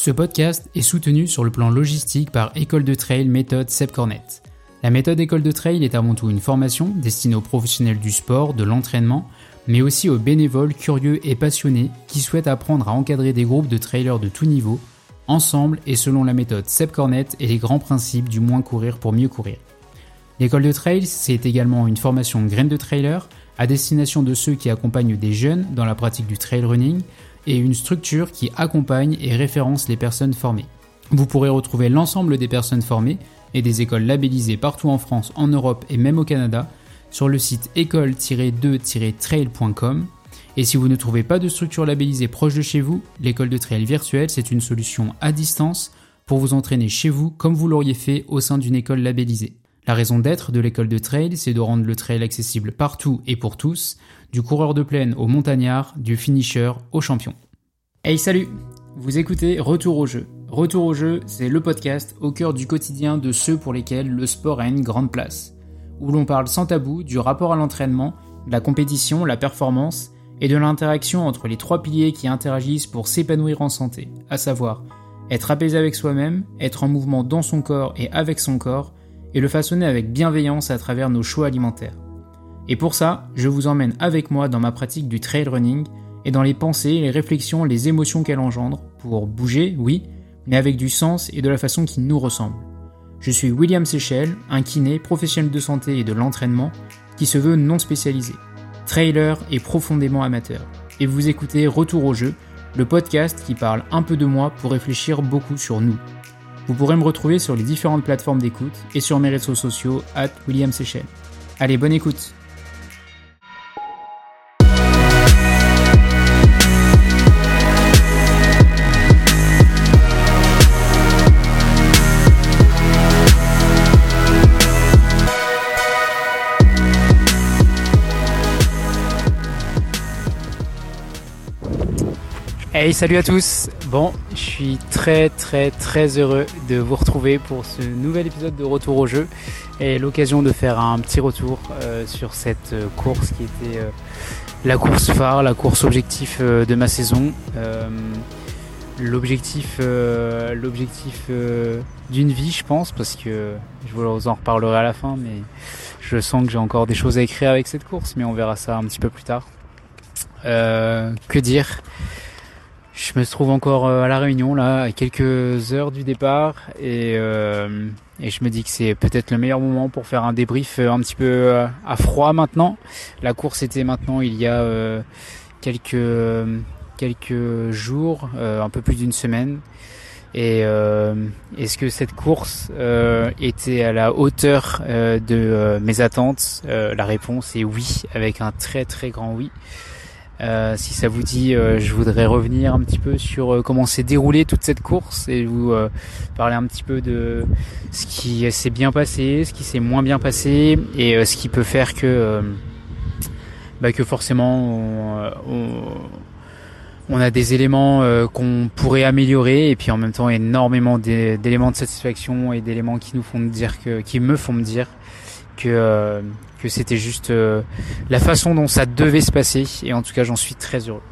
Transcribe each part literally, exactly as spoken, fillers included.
Ce podcast est soutenu sur le plan logistique par École de Trail méthode Seb Cornet. La méthode École de Trail est avant tout une formation destinée aux professionnels du sport, de l'entraînement, mais aussi aux bénévoles curieux et passionnés qui souhaitent apprendre à encadrer des groupes de trailers de tout niveau, ensemble et selon la méthode Seb Cornet et les grands principes du moins courir pour mieux courir. L'école de trail, c'est également une formation graine de trailer à destination de ceux qui accompagnent des jeunes dans la pratique du trail running et une structure qui accompagne et référence les personnes formées. Vous pourrez retrouver l'ensemble des personnes formées et des écoles labellisées partout en France, en Europe et même au Canada sur le site école tiret deux tiret trail point com. Et si vous ne trouvez pas de structure labellisée proche de chez vous, l'école de trail virtuelle, c'est une solution à distance pour vous entraîner chez vous comme vous l'auriez fait au sein d'une école labellisée. La raison d'être de l'école de trail, c'est de rendre le trail accessible partout et pour tous, du coureur de plaine au montagnard, du finisher au champion. Hey salut! Vous écoutez Retour au jeu. Retour au jeu, c'est le podcast au cœur du quotidien de ceux pour lesquels le sport a une grande place, où l'on parle sans tabou du rapport à l'entraînement, de la compétition, la performance et de l'interaction entre les trois piliers qui interagissent pour s'épanouir en santé, à savoir être apaisé avec soi-même, être en mouvement dans son corps et avec son corps, et le façonner avec bienveillance à travers nos choix alimentaires. Et pour ça, je vous emmène avec moi dans ma pratique du trail running et dans les pensées, les réflexions, les émotions qu'elle engendre, pour bouger, oui, mais avec du sens et de la façon qui nous ressemble. Je suis William Seychelles, un kiné, professionnel de santé et de l'entraînement, qui se veut non spécialisé, trailer et profondément amateur. Et vous écoutez Retour au jeu, le podcast qui parle un peu de moi pour réfléchir beaucoup sur nous. Vous pourrez me retrouver sur les différentes plateformes d'écoute et sur mes réseaux sociaux arobase William Seychelles. Allez, bonne écoute. Hey, salut à tous. Bon, je suis très très très heureux de vous retrouver pour ce nouvel épisode de Retour au jeu et l'occasion de faire un petit retour euh, sur cette euh, course qui était euh, la course phare, la course objectif euh, de ma saison. Euh, l'objectif euh, l'objectif euh, d'une vie, je pense, parce que je vous en reparlerai à la fin, mais je sens que j'ai encore des choses à écrire avec cette course, mais on verra ça un petit peu plus tard. Euh, que dire ? Je me trouve encore à La Réunion, là, à quelques heures du départ, et, euh, et je me dis que c'est peut-être le meilleur moment pour faire un débrief un petit peu à froid maintenant. La course était maintenant il y a euh, quelques quelques jours, euh, un peu plus d'une semaine. Et euh, est-ce que cette course euh, était à la hauteur euh, de euh, mes attentes ? euh, La réponse est oui, avec un très très grand oui. Euh, si ça vous dit, euh, je voudrais revenir un petit peu sur euh, comment s'est déroulée toute cette course et vous euh, parler un petit peu de ce qui s'est bien passé, ce qui s'est moins bien passé et euh, ce qui peut faire que euh, bah, que forcément on, on, on a des éléments euh, qu'on pourrait améliorer et puis en même temps énormément d'éléments de satisfaction et d'éléments qui nous font dire que, qui me font me dire que euh, que c'était juste euh, la façon dont ça devait se passer et en tout cas j'en suis très heureux.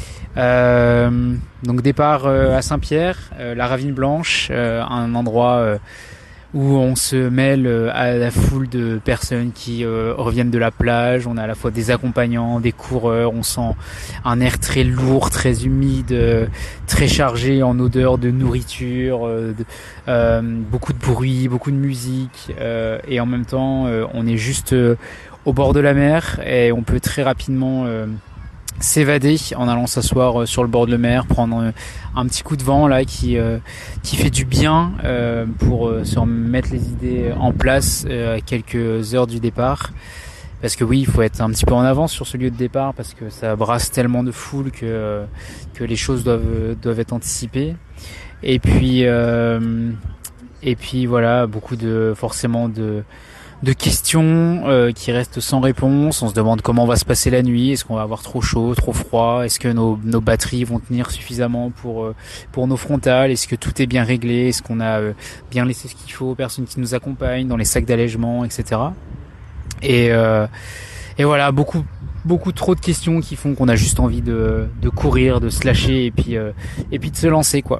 Euh, donc départ euh, à Saint-Pierre, euh, la Ravine Blanche, euh, un endroit euh, où on se mêle euh, à la foule de personnes qui euh, reviennent de la plage. On a à la fois des accompagnants, des coureurs, on sent un air très lourd, très humide, euh, très chargé en odeur de nourriture, euh, de, euh, beaucoup de bruit, beaucoup de musique euh, et en même temps euh, on est juste euh, au bord de la mer et on peut très rapidement euh, s'évader en allant s'asseoir sur le bord de la mer, prendre un petit coup de vent là qui euh, qui fait du bien euh, pour euh, se remettre les idées en place euh, à quelques heures du départ. Parce que oui, il faut être un petit peu en avance sur ce lieu de départ parce que ça brasse tellement de foule que euh, que les choses doivent doivent être anticipées. Et puis euh, et puis voilà, beaucoup de forcément de de questions euh, qui restent sans réponse. On se demande comment va se passer la nuit. Est-ce qu'on va avoir trop chaud, trop froid ? Est-ce que nos, nos batteries vont tenir suffisamment pour euh, pour nos frontales ? Est-ce que tout est bien réglé ? Est-ce qu'on a euh, bien laissé ce qu'il faut aux personnes qui nous accompagnent dans les sacs d'allègement, et cetera. Et euh, et voilà, beaucoup beaucoup trop de questions qui font qu'on a juste envie de de courir, de se lâcher et puis euh, et puis de se lancer quoi.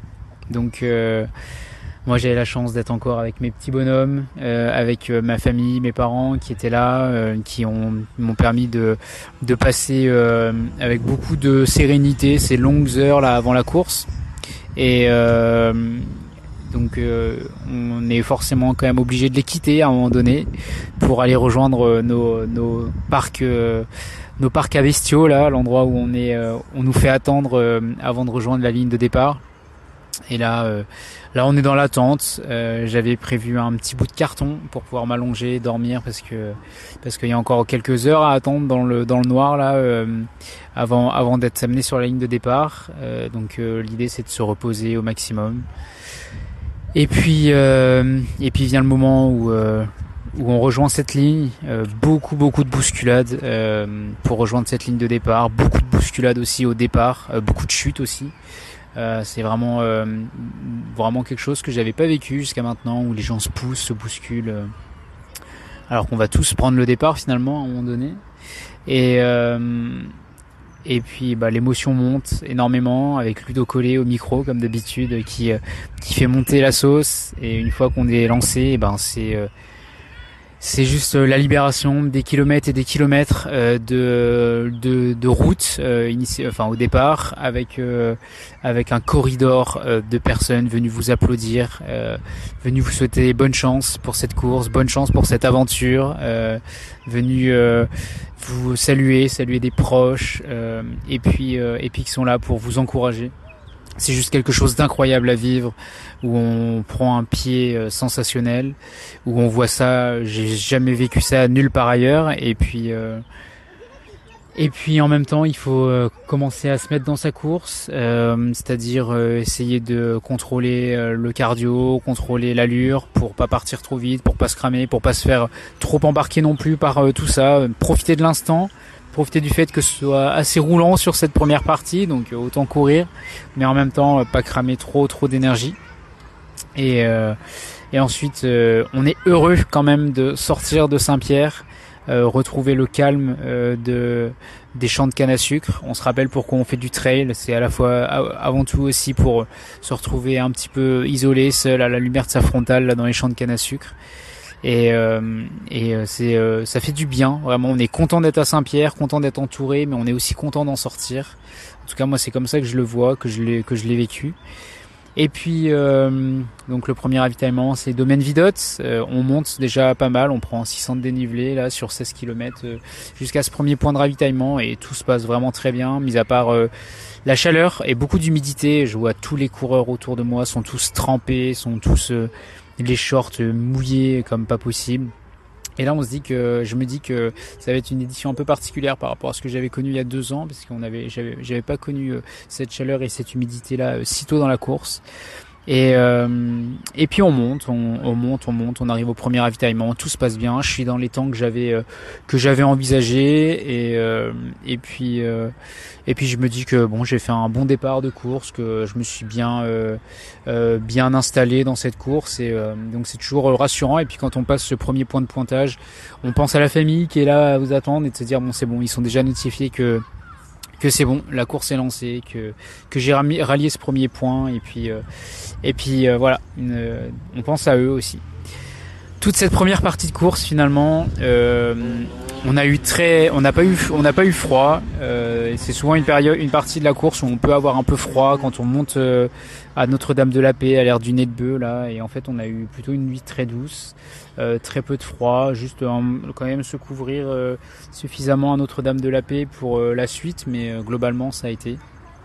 Donc euh, moi j'avais la chance d'être encore avec mes petits bonhommes, euh, avec euh, ma famille, mes parents qui étaient là, euh, qui ont m'ont permis de de passer euh, avec beaucoup de sérénité ces longues heures là avant la course. Et euh, donc euh, on est forcément quand même obligé de les quitter à un moment donné pour aller rejoindre nos nos parcs euh, nos parcs à bestiaux là, l'endroit où on est euh, on nous fait attendre euh, avant de rejoindre la ligne de départ. Et là, euh, là, on est dans l'attente. Euh, j'avais prévu un petit bout de carton pour pouvoir m'allonger, dormir, parce que parce qu'il y a encore quelques heures à attendre dans le dans le noir là, euh, avant avant d'être amené sur la ligne de départ. Euh, donc euh, l'idée c'est de se reposer au maximum. Et puis euh, et puis vient le moment où euh, où on rejoint cette ligne. Euh, beaucoup beaucoup de bousculades euh, pour rejoindre cette ligne de départ. Beaucoup de bousculades aussi au départ. Euh, beaucoup de chutes aussi. Euh, c'est vraiment euh, vraiment quelque chose que j'avais pas vécu jusqu'à maintenant, où les gens se poussent, se bousculent, euh, alors qu'on va tous prendre le départ finalement à un moment donné. Et euh, et puis bah, l'émotion monte énormément avec Ludo Collet au micro comme d'habitude, qui euh, qui fait monter la sauce. Et une fois qu'on est lancé, et ben c'est euh, c'est juste la libération des kilomètres et des kilomètres euh, de, de de route euh, initiée, enfin au départ, avec euh, avec un corridor euh, de personnes venues vous applaudir, euh, venues vous souhaiter bonne chance pour cette course, bonne chance pour cette aventure, euh, venues euh, vous saluer, saluer des proches, euh, et puis euh, et puis qui sont là pour vous encourager. C'est juste quelque chose d'incroyable à vivre, où on prend un pied euh, sensationnel, où on voit ça. J'ai jamais vécu ça nulle part ailleurs. Et puis, euh, et puis en même temps, il faut euh, commencer à se mettre dans sa course, euh, c'est-à-dire euh, essayer de contrôler euh, le cardio, contrôler l'allure pour pas partir trop vite, pour pas se cramer, pour pas se faire trop embarquer non plus par euh, tout ça. Euh, profiter de l'instant. Profiter du fait que ce soit assez roulant sur cette première partie, donc autant courir, mais en même temps pas cramer trop trop d'énergie. Et, euh, et ensuite, euh, on est heureux quand même de sortir de Saint-Pierre, euh, retrouver le calme euh, de des champs de canne à sucre. On se rappelle pourquoi on fait du trail, c'est à la fois avant tout aussi pour se retrouver un petit peu isolé, seul à la lumière de sa frontale là dans les champs de canne à sucre. Et, euh, et c'est, euh, ça fait du bien, vraiment. On est content d'être à Saint-Pierre, content d'être entouré, mais on est aussi content d'en sortir. En tout cas, moi, c'est comme ça que je le vois, que je l'ai, que je l'ai vécu. Et puis, euh, donc le premier ravitaillement, c'est Domaine Vidotte. Euh, on monte déjà pas mal, on prend six cents de dénivelé là sur seize kilomètres euh, jusqu'à ce premier point de ravitaillement, et tout se passe vraiment très bien, mis à part euh, la chaleur et beaucoup d'humidité. Je vois tous les coureurs autour de moi sont tous trempés, sont tous euh, les shorts mouillés comme pas possible. Et là, on se dit que, je me dis que ça va être une édition un peu particulière par rapport à ce que j'avais connu il y a deux ans, parce qu'on avait, j'avais, j'avais pas connu cette chaleur et cette humidité-là si tôt dans la course. Et euh, et puis on monte, on, on monte, on monte, on arrive au premier ravitaillement, tout se passe bien. Je suis dans les temps que j'avais euh, que j'avais envisagé, et euh, et puis euh, et puis je me dis que bon, j'ai fait un bon départ de course, que je me suis bien euh, euh, bien installé dans cette course, et euh, donc c'est toujours rassurant. Et puis quand on passe ce premier point de pointage, on pense à la famille qui est là à vous attendre, et de se dire bon, c'est bon, ils sont déjà notifiés que que c'est bon, la course est lancée, que que j'ai rallié ce premier point, et puis euh, et puis euh, voilà, une, euh, on pense à eux aussi. Toute cette première partie de course, finalement, euh, on a eu très, on n'a pas eu, on n'a pas eu froid. Euh, c'est souvent une période, une partie de la course où on peut avoir un peu froid quand on monte euh, à Notre-Dame de la Paix, à l'air du Nez de Bœuf là. Et en fait, on a eu plutôt une nuit très douce, euh, très peu de froid, juste euh, quand même se couvrir euh, suffisamment à Notre-Dame de la Paix pour euh, la suite, mais euh, globalement, ça a été.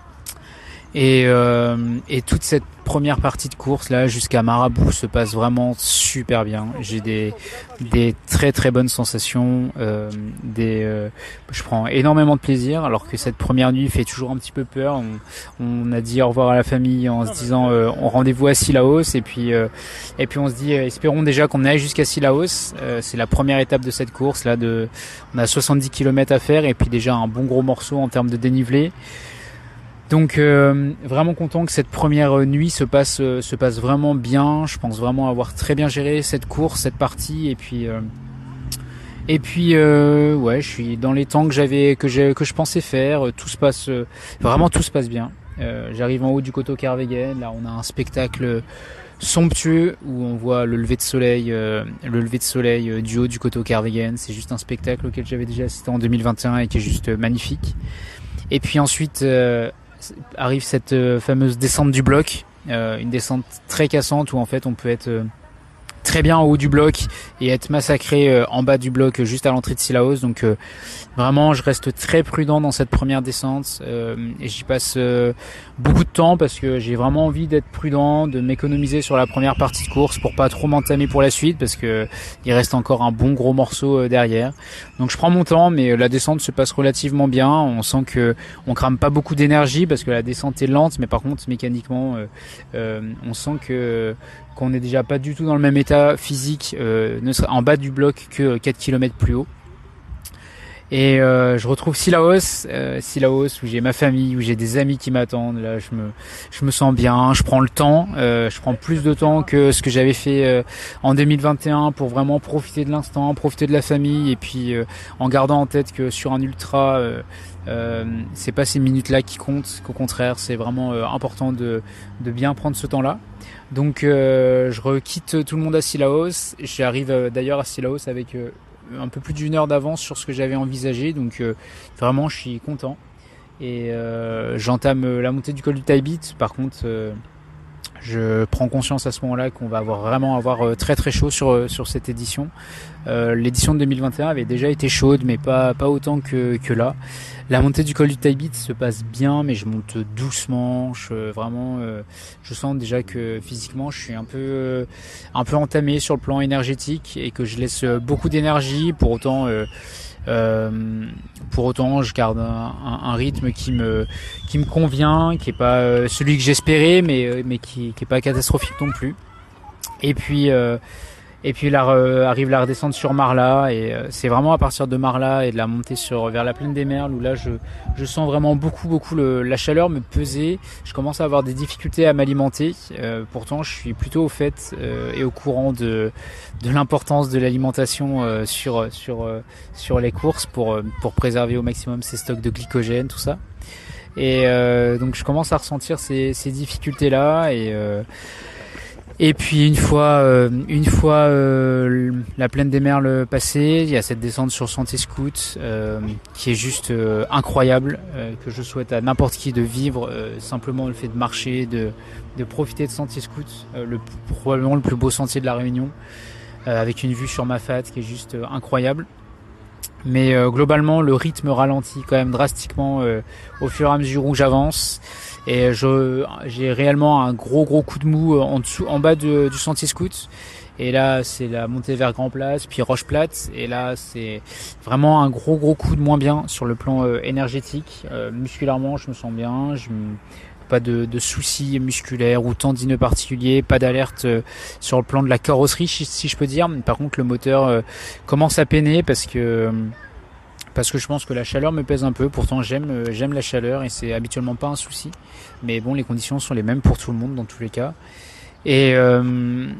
Et, euh, et toute cette première partie de course là jusqu'à Marabout se passe vraiment super bien. J'ai des des très très bonnes sensations, euh, des euh, je prends énormément de plaisir, alors que cette première nuit fait toujours un petit peu peur. On, on a dit au revoir à la famille en se disant euh, on rendez-vous à Cilaos, et puis euh, et puis on se dit euh, espérons déjà qu'on aille jusqu'à Cilaos. Euh, c'est la première étape de cette course là, de on a soixante-dix kilomètres à faire, et puis déjà un bon gros morceau en termes de dénivelé. Donc euh, vraiment content que cette première nuit se passe euh, se passe vraiment bien. Je pense vraiment avoir très bien géré cette course, cette partie, et puis euh, et puis euh, ouais, je suis dans les temps que j'avais que j'ai que je pensais faire. Tout se passe euh, vraiment tout se passe bien. Euh, j'arrive en haut du coteau Kervegen. Là, on a un spectacle somptueux où on voit le lever de soleil, euh, le lever de soleil euh, du haut du coteau Kervegen. C'est juste un spectacle auquel j'avais déjà assisté en deux mille vingt et un et qui est juste euh, magnifique. Et puis ensuite euh, arrive cette euh, fameuse descente du bloc, euh, une descente très cassante où en fait on peut être euh, très bien en haut du bloc et être massacré euh, en bas du bloc euh, juste à l'entrée de Cilaos. Donc euh, vraiment je reste très prudent dans cette première descente euh, et j'y passe euh, beaucoup de temps parce que j'ai vraiment envie d'être prudent, de m'économiser sur la première partie de course pour pas trop m'entamer pour la suite parce que il reste encore un bon gros morceau euh, derrière. Donc je prends mon temps, mais la descente se passe relativement bien. On sent que on crame pas beaucoup d'énergie parce que la descente est lente, mais par contre mécaniquement euh, euh, on sent que qu'on n'est déjà pas du tout dans le même état physique euh, ne serait en bas du bloc que quatre kilomètres plus haut. Et euh, je retrouve Cilaos, euh, Cilaos où j'ai ma famille, où j'ai des amis qui m'attendent. Là, je me, je me sens bien. Je prends le temps. Euh, je prends plus de temps que ce que j'avais fait euh, en deux mille vingt et un pour vraiment profiter de l'instant, profiter de la famille, et puis euh, en gardant en tête que sur un ultra, euh, euh, c'est pas ces minutes-là qui comptent. Qu'au contraire, c'est vraiment euh, important de, de bien prendre ce temps-là. Donc, euh, je requitte tout le monde à Cilaos. J'arrive euh, d'ailleurs à Cilaos avec euh, un peu plus d'une heure d'avance sur ce que j'avais envisagé, donc euh, vraiment je suis content et euh, j'entame la montée du col du Taibit. Par contre euh, je prends conscience à ce moment-là qu'on va avoir vraiment avoir très très chaud sur sur cette édition. Euh, l'édition de deux mille vingt et un avait déjà été chaude, mais pas pas autant que que là. La montée du col du Taibit se passe bien, mais je monte doucement. Je vraiment, euh, je sens déjà que physiquement, je suis un peu euh, un peu entamé sur le plan énergétique et que je laisse beaucoup d'énergie. Pour autant. Euh, Euh, pour autant, je garde un, un, un rythme qui me qui me convient, qui est pas euh, celui que j'espérais, mais mais qui qui est pas catastrophique non plus. Et puis euh, et puis là euh, arrive la redescente sur Marla et euh, c'est vraiment à partir de Marla et de la montée sur vers la plaine des Merles où là je je sens vraiment beaucoup beaucoup le, la chaleur me peser. Je commence à avoir des difficultés à m'alimenter. Euh, pourtant, je suis plutôt au fait euh, et au courant de de l'importance de l'alimentation euh, sur sur euh, sur les courses pour euh, pour préserver au maximum ses stocks de glycogène, tout ça. Et euh, donc je commence à ressentir ces ces difficultés là et euh, Et puis une fois, euh, une fois euh, la plaine des Merles passée, il y a cette descente sur Sentier Scout euh, qui est juste euh, incroyable, euh, que je souhaite à n'importe qui de vivre. Euh, simplement le fait de marcher, de, de profiter de Sentier Scout, euh, le, probablement le plus beau sentier de la Réunion, euh, avec une vue sur Mafat qui est juste euh, incroyable. Mais euh, globalement, le rythme ralentit quand même drastiquement euh, au fur et à mesure où j'avance. Et je, j'ai réellement un gros gros coup de mou en dessous, en bas de, du Sentier Scout. Et là, c'est la montée vers Grand Place, puis Roche Plate. Et là, c'est vraiment un gros gros coup de moins bien sur le plan euh, énergétique. Euh, musculairement, je me sens bien. Je me... Pas de, de soucis musculaires ou tendineux particuliers, pas d'alerte euh, sur le plan de la carrosserie, si, si je peux dire. Par contre, le moteur euh, commence à peiner parce que euh, parce que je pense que la chaleur me pèse un peu. Pourtant, j'aime euh, j'aime la chaleur et c'est habituellement pas un souci. Mais bon, les conditions sont les mêmes pour tout le monde dans tous les cas. Et euh,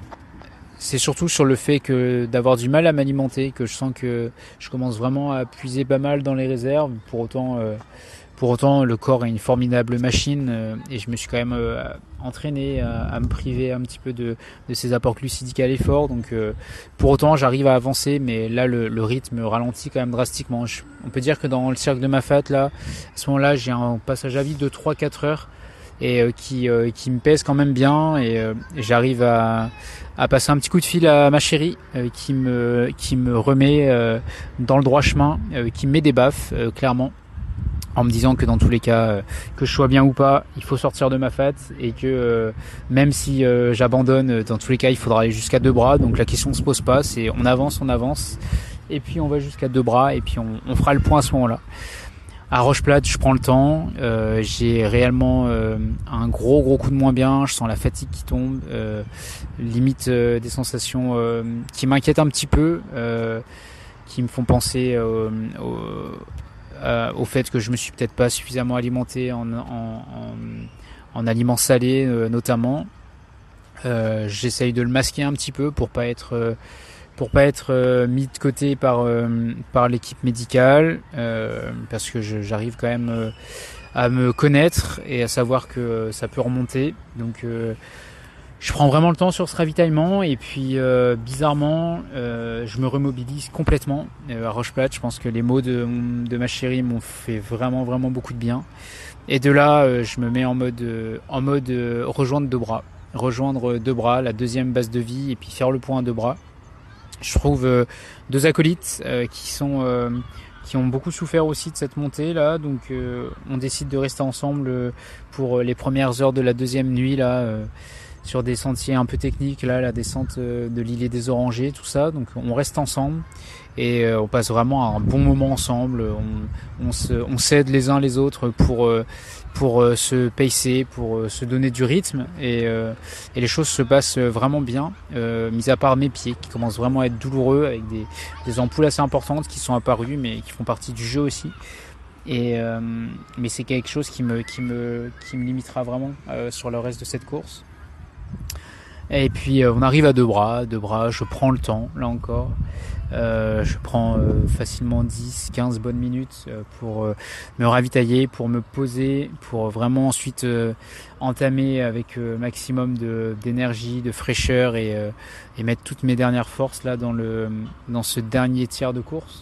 c'est surtout sur le fait que d'avoir du mal à m'alimenter que je sens que je commence vraiment à puiser pas mal dans les réserves. Pour autant. Euh, Pour autant, le corps est une formidable machine euh, et je me suis quand même euh, entraîné à, à me priver un petit peu de, de ces apports glucidiques à l'effort. Donc, euh, pour autant, j'arrive à avancer, mais là, le, le rythme ralentit quand même drastiquement. Je, on peut dire que dans le cercle de Mafat, là, à ce moment-là, j'ai un passage à vide de trois à quatre heures et euh, qui, euh, qui me pèse quand même bien et euh, j'arrive à, à passer un petit coup de fil à ma chérie euh, qui me, qui me remet euh, dans le droit chemin, euh, qui me met des baffes, euh, clairement. En me disant que dans tous les cas, euh, que je sois bien ou pas, il faut sortir de Mafat et que euh, même si euh, j'abandonne, dans tous les cas, il faudra aller jusqu'à deux bras. Donc la question ne se pose pas, c'est on avance, on avance, et puis on va jusqu'à deux bras et puis on, on fera le point à ce moment-là. À Roche Plate, je prends le temps, euh, j'ai réellement euh, un gros gros coup de moins bien, je sens la fatigue qui tombe, euh, limite euh, des sensations euh, qui m'inquiètent un petit peu, euh, qui me font penser euh, au Euh, au fait que je me suis peut-être pas suffisamment alimenté en, en, en, en aliments salés euh, notamment. Euh, j'essaye de le masquer un petit peu pour pas être euh, pour pas être euh, mis de côté par euh, par l'équipe médicale euh, parce que je, j'arrive quand même euh, à me connaître et à savoir que ça peut remonter. Donc euh, je prends vraiment le temps sur ce ravitaillement et puis euh, bizarrement euh, je me remobilise complètement euh, à Roche-Plate. Je pense que les mots de, de ma chérie m'ont fait vraiment vraiment beaucoup de bien. Et de là euh, je me mets en mode euh, en mode euh, rejoindre deux bras, rejoindre deux bras, la deuxième base de vie et puis faire le point à deux bras. Je trouve euh, deux acolytes euh, qui sont euh, qui ont beaucoup souffert aussi de cette montée là, donc euh, on décide de rester ensemble euh, pour les premières heures de la deuxième nuit là. Euh, sur des sentiers un peu techniques, là, la descente de l'îlet des Orangers, tout ça. Donc on reste ensemble et euh, on passe vraiment un bon moment ensemble. On, on, se, on s'aide les uns les autres pour, pour euh, se pacer, pour euh, se donner du rythme et, euh, et les choses se passent vraiment bien, euh, mis à part mes pieds qui commencent vraiment à être douloureux avec des, des ampoules assez importantes qui sont apparues mais qui font partie du jeu aussi. Et euh, mais c'est quelque chose qui me, qui me, qui me limitera vraiment euh, sur le reste de cette course. Et puis euh, on arrive à deux bras, deux bras, je prends le temps, là encore. Euh, je prends euh, facilement dix, quinze bonnes minutes euh, pour euh, me ravitailler, pour me poser, pour vraiment ensuite euh, entamer avec euh, maximum de, d'énergie, de fraîcheur et, euh, et mettre toutes mes dernières forces là dans, le, dans ce dernier tiers de course.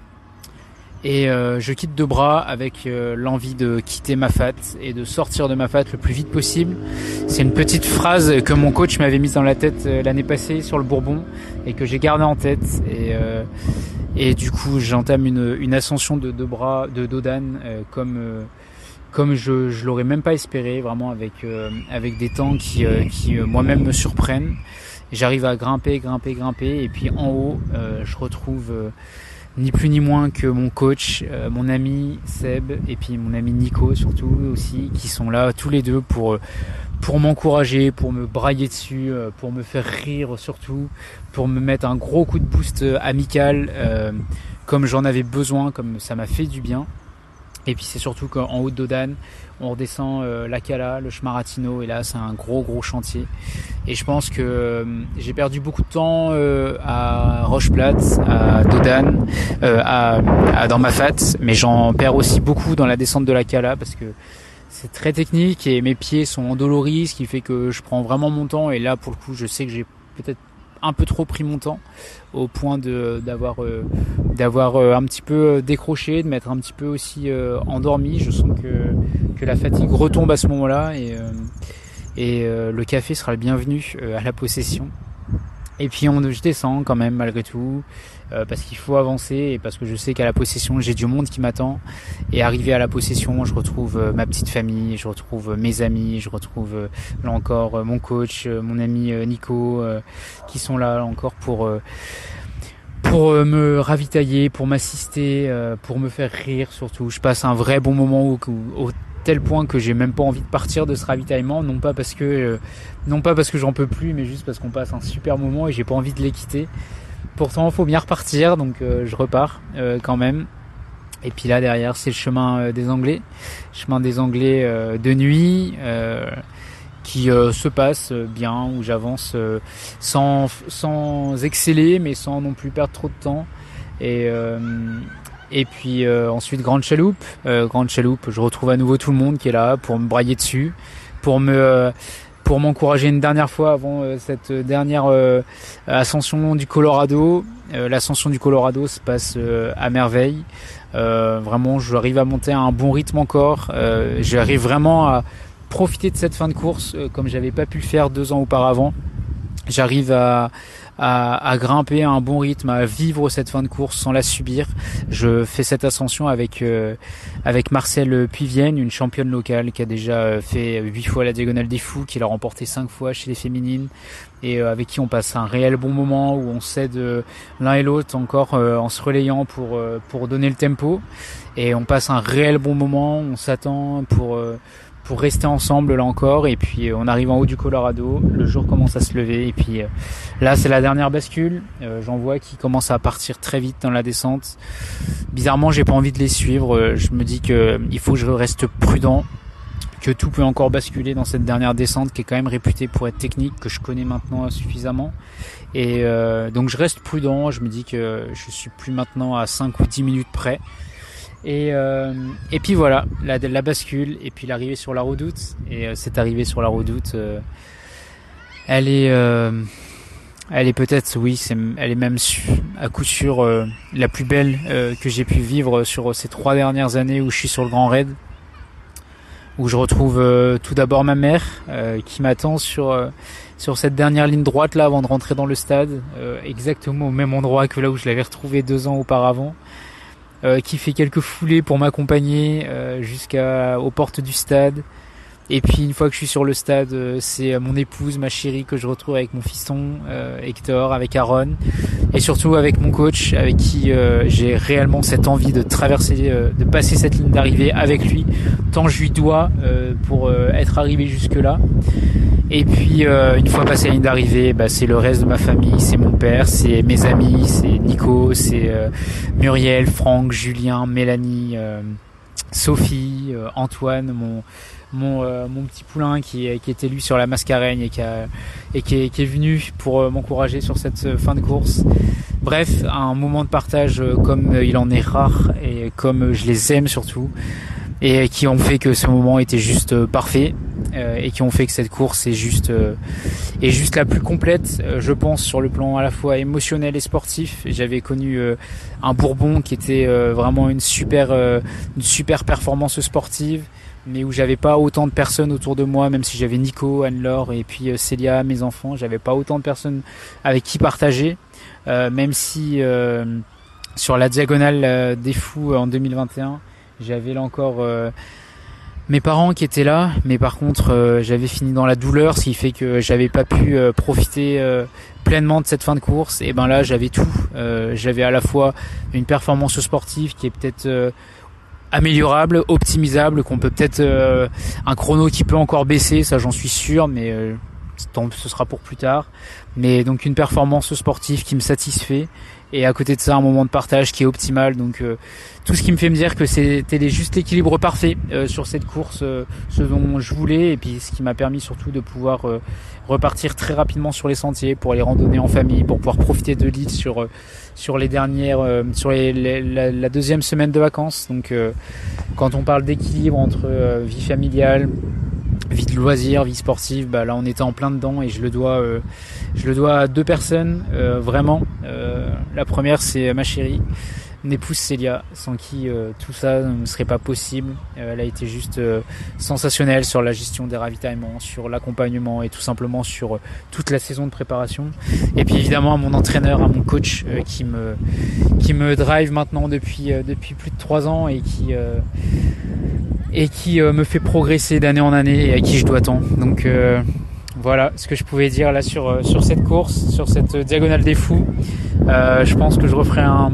Et euh, je quitte deux bras avec euh, l'envie de quitter Mafate et de sortir de Mafate le plus vite possible. C'est une petite phrase que mon coach m'avait mise dans la tête euh, l'année passée sur le Bourbon et que j'ai gardée en tête. Et, euh, et du coup, j'entame une, une ascension de deux bras de Dodane euh, comme euh, comme je je l'aurais même pas espéré, vraiment avec euh, avec des temps qui euh, qui euh, moi-même me surprennent. Et j'arrive à grimper, grimper, grimper et puis en haut, euh, je retrouve euh, ni plus ni moins que mon coach, euh, mon ami Seb et puis mon ami Nico surtout aussi, qui sont là tous les deux pour pour m'encourager, pour me brailler dessus, euh, pour me faire rire surtout, pour me mettre un gros coup de boost euh, amical euh, comme j'en avais besoin, comme ça m'a fait du bien. Et puis c'est surtout qu'en haut de Dodane, on redescend euh, la Cala, le Schmaratino, et là c'est un gros gros chantier. Et je pense que euh, j'ai perdu beaucoup de temps euh, à Roche-Plate, à Dodane, euh, à, à dans Mafate, mais j'en perds aussi beaucoup dans la descente de la Cala parce que c'est très technique et mes pieds sont endoloris, ce qui fait que je prends vraiment mon temps. Et là pour le coup, je sais que j'ai peut-être un peu trop pris mon temps au point de d'avoir euh, d'avoir euh, un petit peu décroché, de m'être un petit peu aussi euh, endormi. Je sens que que la fatigue retombe à ce moment-là et euh, et euh, le café sera le bienvenu euh, à la possession. Et puis on, je descends quand même malgré tout euh, parce qu'il faut avancer et parce que je sais qu'à la possession j'ai du monde qui m'attend. Et arrivé à la possession, je retrouve euh, ma petite famille, je retrouve euh, mes amis, je retrouve euh, là encore euh, mon coach, euh, mon ami euh, Nico euh, qui sont là, là encore pour euh, pour euh, me ravitailler, pour m'assister, euh, pour me faire rire surtout. Je passe un vrai bon moment au, au tel point que j'ai même pas envie de partir de ce ravitaillement, non pas parce que euh, non pas parce que j'en peux plus, mais juste parce qu'on passe un super moment et j'ai pas envie de les quitter. Pourtant, il faut bien repartir, donc euh, je repars euh, quand même. Et puis là derrière, c'est le chemin euh, des Anglais, chemin des Anglais euh, de nuit, euh, qui euh, se passe bien, où j'avance euh, sans sans exceller, mais sans non plus perdre trop de temps. Et euh, Et puis euh, ensuite Grande Chaloupe, euh, Grande Chaloupe, je retrouve à nouveau tout le monde qui est là pour me brailler dessus, pour me euh, pour m'encourager une dernière fois avant euh, cette dernière euh, ascension du Colorado. Euh, l'ascension du Colorado se passe euh, à merveille. Euh, vraiment, j'arrive à monter à un bon rythme encore. Euh, j'arrive vraiment à profiter de cette fin de course euh, comme j'avais pas pu le faire deux ans auparavant. J'arrive à À, à grimper à un bon rythme, à vivre cette fin de course sans la subir. Je fais cette ascension avec euh, avec Marcel Puivienne, une championne locale qui a déjà fait huit fois la Diagonale des Fous, qui l'a remporté cinq fois chez les féminines et euh, avec qui on passe un réel bon moment où on s'aide euh, l'un et l'autre encore euh, en se relayant pour euh, pour donner le tempo et on passe un réel bon moment. On s'attend pour euh, pour rester ensemble là encore et puis on arrive en haut du Colorado, le jour commence à se lever et puis euh, là c'est la dernière bascule, euh, j'en vois qui commencent à partir très vite dans la descente. Bizarrement j'ai pas envie de les suivre, euh, je me dis que il faut que je reste prudent, que tout peut encore basculer dans cette dernière descente qui est quand même réputée pour être technique, que je connais maintenant suffisamment et euh, donc je reste prudent, je me dis que je suis plus maintenant à cinq ou dix minutes près. Et, euh, et puis voilà, la, la bascule, et puis l'arrivée sur la Redoute. Et euh, cette arrivée sur la Redoute, euh, elle est, euh, elle est peut-être, oui, c'est, elle est même su, à coup sûr euh, la plus belle euh, que j'ai pu vivre sur ces trois dernières années où je suis sur le Grand Raid, où je retrouve euh, tout d'abord ma mère euh, qui m'attend sur euh, sur cette dernière ligne droite là avant de rentrer dans le stade, euh, exactement au même endroit que là où je l'avais retrouvée deux ans auparavant. Euh, qui fait quelques foulées pour m'accompagner euh, jusqu'aux portes du stade. Et puis une fois que je suis sur le stade, euh, c'est mon épouse, ma chérie, que je retrouve avec mon fiston euh, Hector, avec Aaron, et surtout avec mon coach, avec qui euh, j'ai réellement cette envie de traverser, euh, de passer cette ligne d'arrivée avec lui, tant je lui dois euh, pour euh, être arrivé jusque là. Et puis euh, une fois passé la ligne d'arrivée, bah, c'est le reste de ma famille, c'est mon père, c'est mes amis, c'est Nico, c'est euh, Muriel, Franck, Julien, Mélanie, euh, Sophie, euh, Antoine, mon mon euh, mon petit poulain qui qui est élu sur la Mascareigne et qui a, et qui est, qui est venu pour euh, m'encourager sur cette fin de course. Bref, un moment de partage euh, comme il en est rare et comme je les aime surtout, et qui ont fait que ce moment était juste euh, parfait. Euh, et qui ont fait que cette course est juste euh, est juste la plus complète, euh, je pense, sur le plan à la fois émotionnel et sportif. J'avais connu euh, un Bourbon qui était euh, vraiment une super euh, une super performance sportive, mais où j'avais pas autant de personnes autour de moi, même si j'avais Nico, Anne-Laure et puis euh, Célia, mes enfants, j'avais pas autant de personnes avec qui partager, euh, même si euh, sur la diagonale euh, des fous en deux mille vingt et un, j'avais là encore euh, mes parents qui étaient là, mais par contre euh, j'avais fini dans la douleur, ce qui fait que j'avais pas pu euh, profiter euh, pleinement de cette fin de course. Et ben là j'avais tout, euh, j'avais à la fois une performance sportive qui est peut-être euh, améliorable, optimisable, qu'on peut peut-être euh, un chrono qui peut encore baisser, ça j'en suis sûr, mais euh, ce sera pour plus tard. Mais donc une performance sportive qui me satisfait, et à côté de ça un moment de partage qui est optimal. Donc euh, tout ce qui me fait me dire que c'était juste l'équilibre parfait euh, sur cette course, euh, ce dont je voulais, et puis ce qui m'a permis surtout de pouvoir euh, repartir très rapidement sur les sentiers pour aller randonner en famille, pour pouvoir profiter de l'île sur euh, sur les dernières euh, sur les, les, la, la deuxième semaine de vacances. Donc euh, quand on parle d'équilibre entre euh, vie familiale, vie de loisirs, vie sportive, bah là on était en plein dedans, et je le dois euh, je le dois à deux personnes euh, vraiment. Euh, la première, c'est ma chérie, mon épouse Célia, sans qui euh, tout ça ne serait pas possible. Euh, elle a été juste euh, sensationnelle sur la gestion des ravitaillements, sur l'accompagnement et tout simplement sur euh, toute la saison de préparation. Et puis évidemment à mon entraîneur, à mon coach euh, qui me qui me drive maintenant depuis euh, depuis plus de trois ans, et qui euh, et qui euh, me fait progresser d'année en année, et à qui je dois tant. Donc euh, voilà ce que je pouvais dire là sur euh, sur cette course, sur cette diagonale des fous. Euh, je pense que je referai un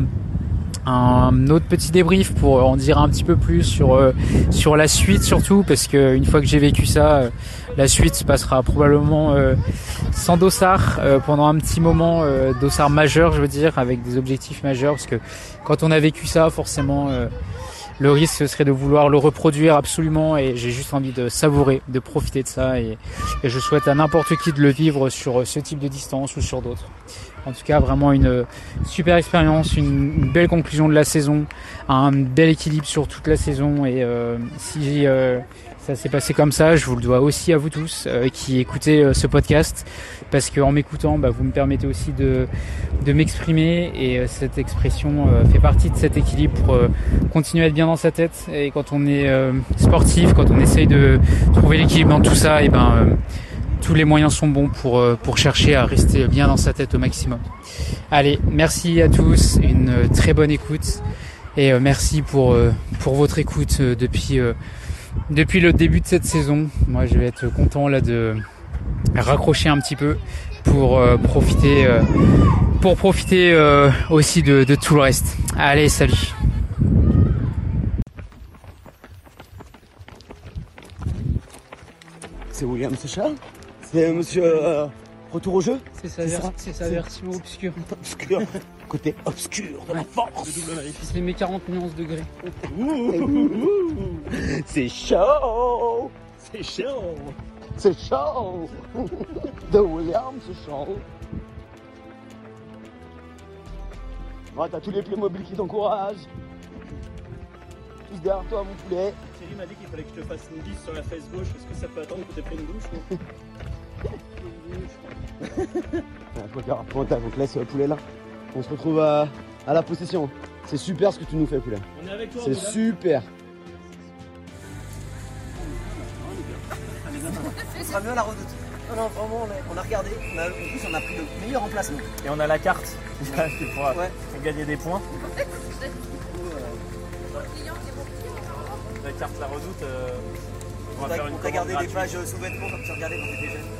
un autre petit débrief pour en dire un petit peu plus sur euh, sur la suite, surtout parce que une fois que j'ai vécu ça, euh, la suite se passera probablement euh, sans dossard euh, pendant un petit moment, euh, dossard majeur je veux dire, avec des objectifs majeurs, parce que quand on a vécu ça, forcément euh, le risque serait de vouloir le reproduire absolument, et j'ai juste envie de savourer, de profiter de ça, et, et je souhaite à n'importe qui de le vivre sur ce type de distance ou sur d'autres. En tout cas, vraiment une super expérience, une, une belle conclusion de la saison, un bel équilibre sur toute la saison, et euh, si euh, ça s'est passé comme ça, je vous le dois aussi à vous tous euh, qui écoutez euh, ce podcast, parce qu'en m'écoutant, bah, vous me permettez aussi de, de m'exprimer, et euh, cette expression euh, fait partie de cet équilibre pour euh, continuer à être bien dans sa tête. Et quand on est euh, sportif, quand on essaye de trouver l'équilibre dans tout ça, et ben euh, tous les moyens sont bons pour, pour chercher à rester bien dans sa tête au maximum. Allez, merci à tous, une très bonne écoute, et merci pour, pour votre écoute depuis, depuis le début de cette saison. Moi je vais être content là de raccrocher un petit peu pour profiter, pour profiter aussi de, de tout le reste. Allez, salut. C'est William, c'est ça? C'est monsieur euh, Retour au jeu? C'est sa, ver c'est sa version obscure. Obscure. Côté obscur de la force. C'est mes quarante nuances degrés. C'est chaud. C'est chaud. C'est chaud. De William, c'est chaud. Ouais, t'as tous les Playmobil qui t'encouragent. tous derrière toi, mon poulet. Thierry m'a dit qu'il fallait que je te fasse une bise sur la fesse gauche. Est-ce que ça peut attendre que t'aies pris une douche ou... Ouais, faut qu'il y aura pointage, donc laisse le poulet là. On se retrouve à, à la possession. C'est super ce que tu nous fais, poulet. On est avec toi. C'est super. Ce sera mieux à la redoute. Non, non, vraiment, on a, on a regardé. On a, en plus, on a pris le meilleur emplacement. Et on a la carte. Qui pourra Ouais. gagner des points. La carte La Redoute. Euh, on va faire une on t'a gardé des gratuite. pages sous-vêtements comme tu regardais quand t'étais jeune.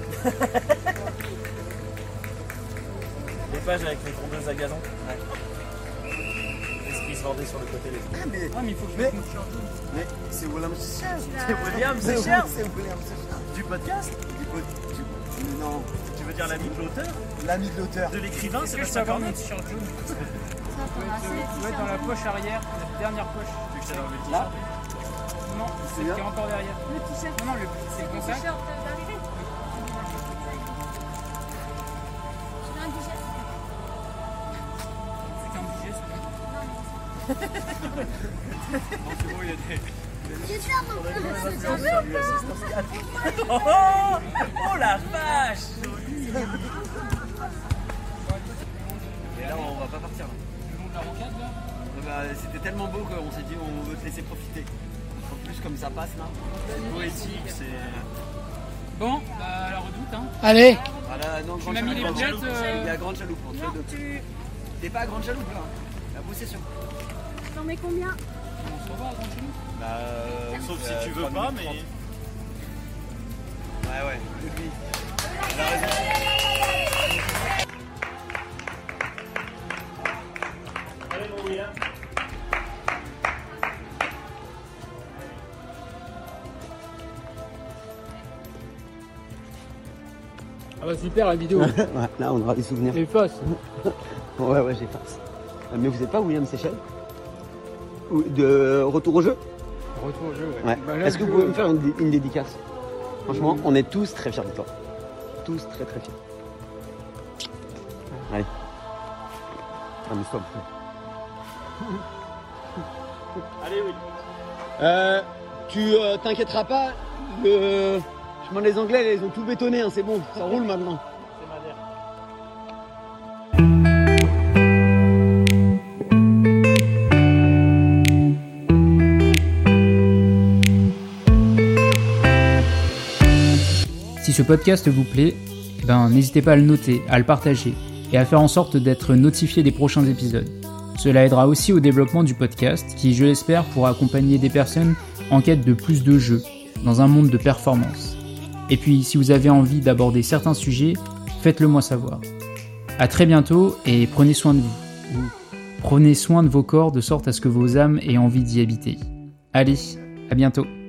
Des pages avec les tondeuses à gazon. Ouais. Et ce qui se vendait sur le côté des Ah, mais, Ah, mais il faut que je mais, me mouche un peu. mais c'est William Secher. C'est William C'est Secher C'est William Secher. du podcast. Du pod- du- Non, Tu veux dire l'ami de l'auteur, l'ami de l'auteur. de l'écrivain, c'est que le je peux avoir Cornet. mon t-shirt jaune? Tu dois être dans la poche arrière, la dernière poche. Tu veux que je t'aille dans le Là, t-shirt. Non, C'est c'est bien. qui est encore derrière. Le t-shirt. Non, non, le- c'est le Le contact. t-shirt d'arrivée. Tu veux un t-shirt? C'est qu'un budget, c'est bon. Non, c'est bon, il y a des... J'espère mon frère. Oh, oh, oh la vache. Et là, on va pas partir. Là. Le long de la rocade, là. Ah bah, c'était tellement beau qu'on s'est dit on veut te laisser profiter. En plus, comme ça passe là. Poétique, c'est... Bon, bah, à la redoute, hein. Allez. Voilà, non, grande m'as mis les chaloupe. billettes, euh, Il y a grande chaloupe pour tous les deux. Tu T'es pas à grande chaloupe là. La possession. t'en mets combien? On se revoit à Grand chez nous. Bah, euh, Sauf euh, si tu veux trois pas, minutes mais... trente. Ouais, ouais. Lui. Allez, mon William. Ah bah super la vidéo. Ouais, là, on aura des souvenirs. Efface. Ouais, ouais, j'efface. Mais vous n'êtes pas William Seychelles? Ou de retour au jeu? Retour au jeu, ouais. Ouais. Bah, là, Est-ce que je- vous pouvez me faire une, dé- une dédicace? Franchement, on est tous très fiers de toi. Tous très très fiers. Allez. Amuse-toi, mon frère. Allez, oui. Euh, tu euh, t'inquiéteras pas, le chemin des Anglais, ils ont tout bétonné, hein, c'est bon, ça roule maintenant. C'est ma mère. Si ce podcast vous plaît, eh ben, n'hésitez pas à le noter, à le partager et à faire en sorte d'être notifié des prochains épisodes. Cela aidera aussi au développement du podcast qui, je l'espère, pourra accompagner des personnes en quête de plus de jeux dans un monde de performance. Et puis, si vous avez envie d'aborder certains sujets, faites-le moi savoir. À très bientôt et prenez soin de vous. Ou prenez soin de vos corps de sorte à ce que vos âmes aient envie d'y habiter. Allez, à bientôt.